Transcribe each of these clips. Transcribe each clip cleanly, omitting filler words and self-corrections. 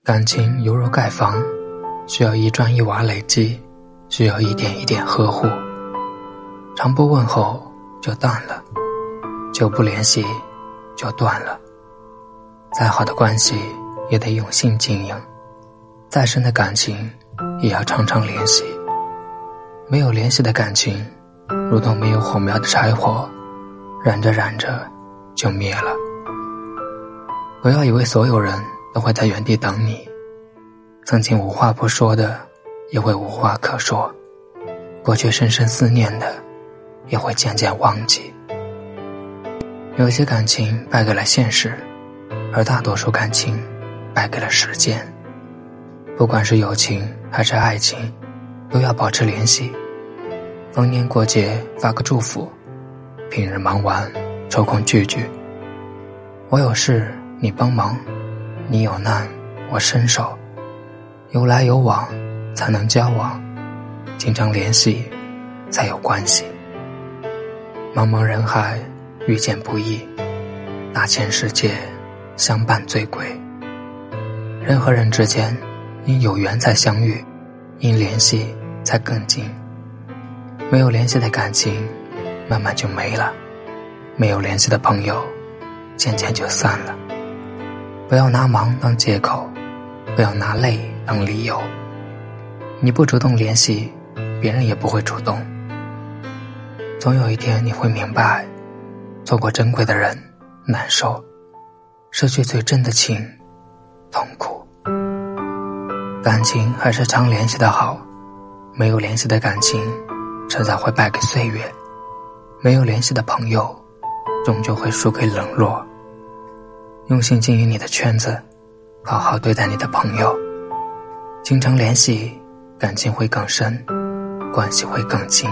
感情犹如盖房，需要一砖一瓦累积，需要一点一点呵护。常不问候就淡了，久不联系就断了。再好的关系也得用心经营，再深的感情也要常常联系。没有联系的感情如同没有火苗的柴火，燃着燃着就灭了。不要以为所有人都会在原地等你，曾经无话不说的也会无话可说，过去深深思念的也会渐渐忘记。有些感情败给了现实，而大多数感情败给了时间。不管是友情还是爱情，都要保持联系。逢年过节发个祝福，平日忙完抽空聚聚。我有事你帮忙，你有难我伸手，有来有往才能交往，经常联系才有关系。茫茫人海遇见不易，大千世界相伴最贵。人和人之间因有缘才相遇，因联系才更近。没有联系的感情慢慢就没了，没有联系的朋友渐渐就散了。不要拿忙当借口，不要拿累当理由。你不主动联系，别人也不会主动。总有一天你会明白，错过珍贵的人难受，失去最真的情痛苦。感情还是常联系的好，没有联系的感情迟早会败给岁月，没有联系的朋友终究会输给冷落。用心经营你的圈子，好好对待你的朋友，经常联系，感情会更深，关系会更近。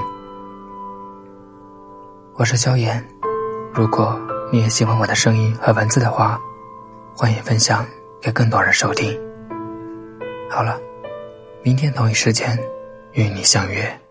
我是萧炎，如果你也喜欢我的声音和文字的话，欢迎分享给更多人收听。好了，明天同一时间与你相约。